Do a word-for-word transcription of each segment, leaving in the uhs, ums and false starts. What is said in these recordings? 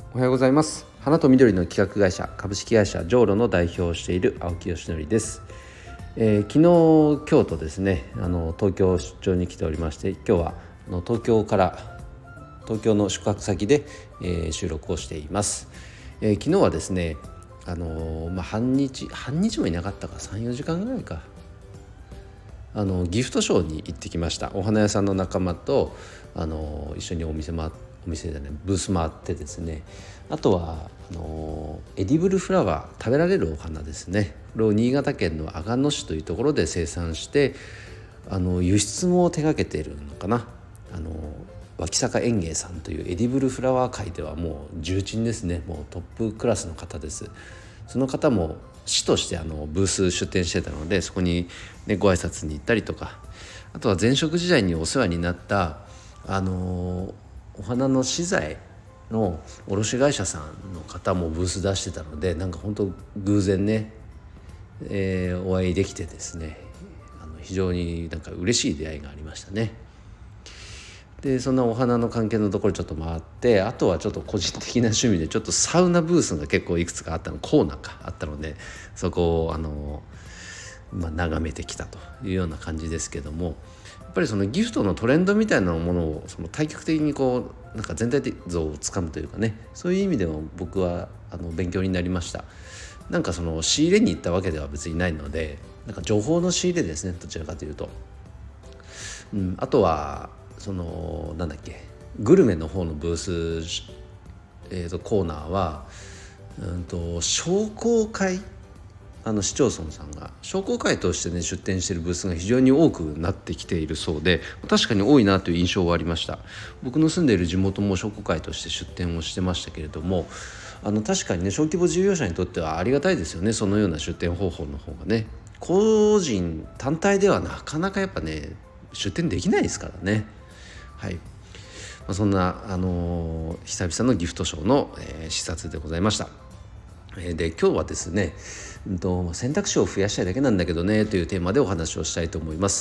おはようございます。花と緑の企画会社株式会社ジョーロの代表をしている青木よしのりです。えー、昨日今日とですねあの東京出張に来ておりまして、今日はあの東京から東京の宿泊先で、えー、収録をしています。えー、昨日はですねあのーまあ、半日半日もいなかったかさんよじかんぐらいかあのギフトショーに行ってきました。お花屋さんの仲間とあの一緒にお店回お店でねブース回ってですね、あとはあのエディブルフラワー、食べられるお花ですね、これを新潟県の阿賀野市というところで生産してあの輸出も手掛けているのかな。あの脇坂園芸さんというエディブルフラワー界ではもう重鎮ですね。もうトップクラスの方です。その方も市としてあのブース出展してたので、そこに、ね、ご挨拶に行ったりとか、あとは前職時代にお世話になったあのお花の資材の卸会社さんの方もブース出してたので、なんか本当偶然ね、えー、お会いできてですね、あの非常になんか嬉しい出会いがありましたね。でそんなお花の関係のところちょっと回って、あとはちょっと個人的な趣味でちょっとサウナブースが結構いくつかあったのコーナーかあったので、そこをあの、まあ、眺めてきたというような感じですけども、やっぱりそのギフトのトレンドみたいなものをその対極的にこうなんか全体像をつかむというかね、そういう意味でも僕はあの勉強になりました。なんかその仕入れに行ったわけでは別にないので、なんか情報の仕入れですね、どちらかというと、うん、あとはそのなんだっけグルメの方のブース、えー、とコーナーは、うんと商工会、あの市町村さんが商工会としてね出店しているブースが非常に多くなってきているそうで、確かに多いなという印象はありました。僕の住んでいる地元も商工会として出店をしてましたけれども、あの確かにね小規模事業者にとってはありがたいですよね、そのような出店方法の方がね。個人単体ではなかなかやっぱね出店できないですからね。はい、まあ、そんな、あのー、久々のギフトショーの、えー、視察でございました。えー、で今日はですね、うんと、選択肢を増やしたいだけなんだけどねというテーマでお話をしたいと思います。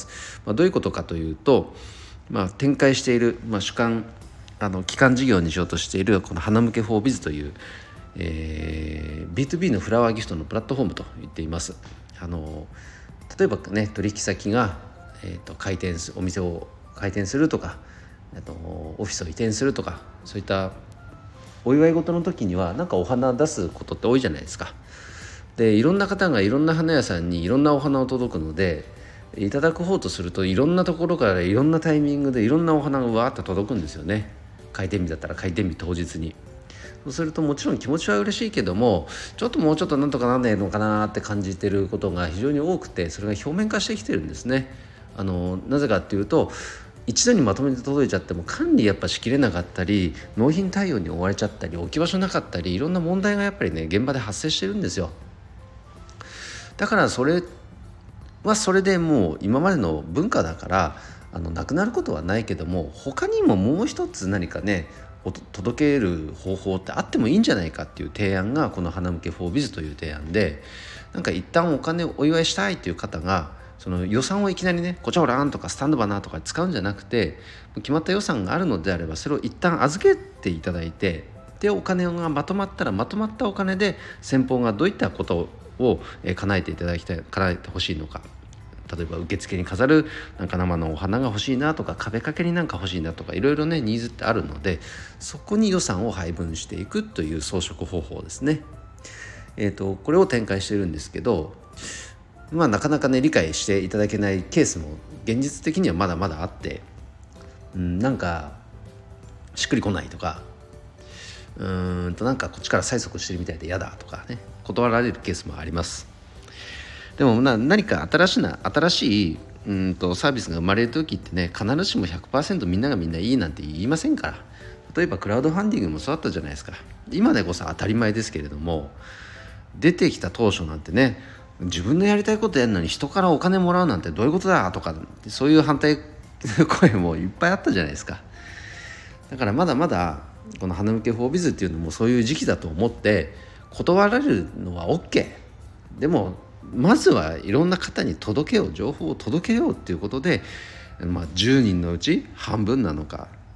まあ、どういうことかというと、まあ、展開している、まあ、主幹あの基幹事業にしようとしているこの花向け フォービズ という、えー、ビーツービー のフラワーギフトのプラットフォームと言っています。あの例えばね取引先が、えー、と開店すお店を開店するとか、あとオフィスを移転するとか、そういったお祝い事の時にはなんかお花出すことって多いじゃないですか。でいろんな方がいろんな花屋さんにいろんなお花を届くので、いただく方とするといろんなところからいろんなタイミングでいろんなお花がわーっと届くんですよね。開店日だったら開店日当日に。そうするともちろん気持ちは嬉しいけども、ちょっともうちょっとなんとかなんねえのかなって感じてることが非常に多くて、それが表面化してきてるんですね。あのなぜかっていうと、一度にまとめて届いちゃっても管理やっぱしきれなかったり、納品対応に追われちゃったり、置き場所なかったり、いろんな問題がやっぱりね現場で発生してるんですよ。だからそれはそれでもう今までの文化だから、あのなくなることはないけども、他にももう一つ何かね届ける方法ってあってもいいんじゃないかっていう提案がこの花向け フォービズ という提案で、なんか一旦お金をお祝いしたいという方がその予算をいきなりねこちゃおらんとかスタンドバナーとか使うんじゃなくて、決まった予算があるのであればそれを一旦預けていただいて、でお金がまとまったらまとまったお金で先方がどういったことを叶えていただきたい叶えてほしいのか、例えば受付に飾るなんか生のお花が欲しいなとか、壁掛けになんか欲しいなとか、いろいろねニーズってあるので、そこに予算を配分していくという装飾方法ですね。えーと、これを展開しているんですけど、まあなかなかね理解していただけないケースも現実的にはまだまだあって、うん、なんかしっくりこないとか、うーんとなんかこっちから催促してるみたいで嫌だとかね、断られるケースもあります。でもな何か新しいな新しいうんとサービスが生まれる時ってね、必ずしも ひゃくパーセント みんながみんないいなんて言いませんから。例えばクラウドファンディングもそうだったじゃないですか。今でこそ当たり前ですけれども、出てきた当初なんてね、自分のやりたいことやるのに人からお金もらうなんてどういうことだとか、そういう反対声もいっぱいあったじゃないですか。だからまだまだこの花向け フォービズ っていうのもそういう時期だと思って、断られるのは OK。 でもまずはいろんな方に届けよう、情報を届けようっていうことで、まあ、じゅうにんのうち半分なのか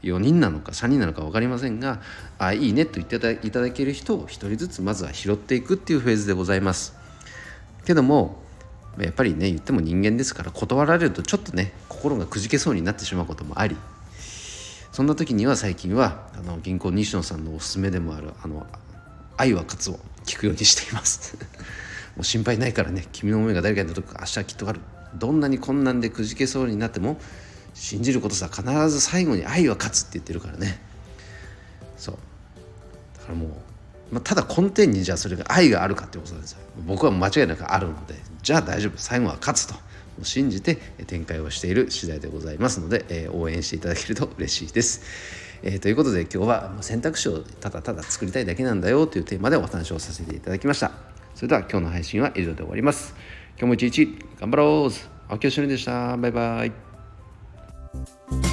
よにんなのかさんにんなのか分かりませんが、あいいねと言っていただける人をひとりずつまずは拾っていくっていうフェーズでございます。けどもやっぱりね、言っても人間ですから、断られるとちょっとね心がくじけそうになってしまうこともあり、そんな時には最近はあの銀行西野さんのおすすめでもあるあの愛は勝つを聞くようにしていますもう心配ないからね、君の思いが誰かに届く、明日はきっとある、どんなに困難でくじけそうになっても信じることさ、必ず最後に愛は勝つって言ってるからね。そうだからもう、まあ、ただ根底にじゃあそれが愛があるかってことなんですよ。僕は間違いなくあるので、じゃあ大丈夫、最後は勝つと信じて展開をしている次第でございますので、えー、応援していただけると嬉しいです。えー、ということで今日は選択肢をただただ作りたいだけなんだよというテーマでお話をさせていただきました。それでは今日の配信は以上で終わります。今日も一日頑張ろう。青木よしのりでした。バイバイ。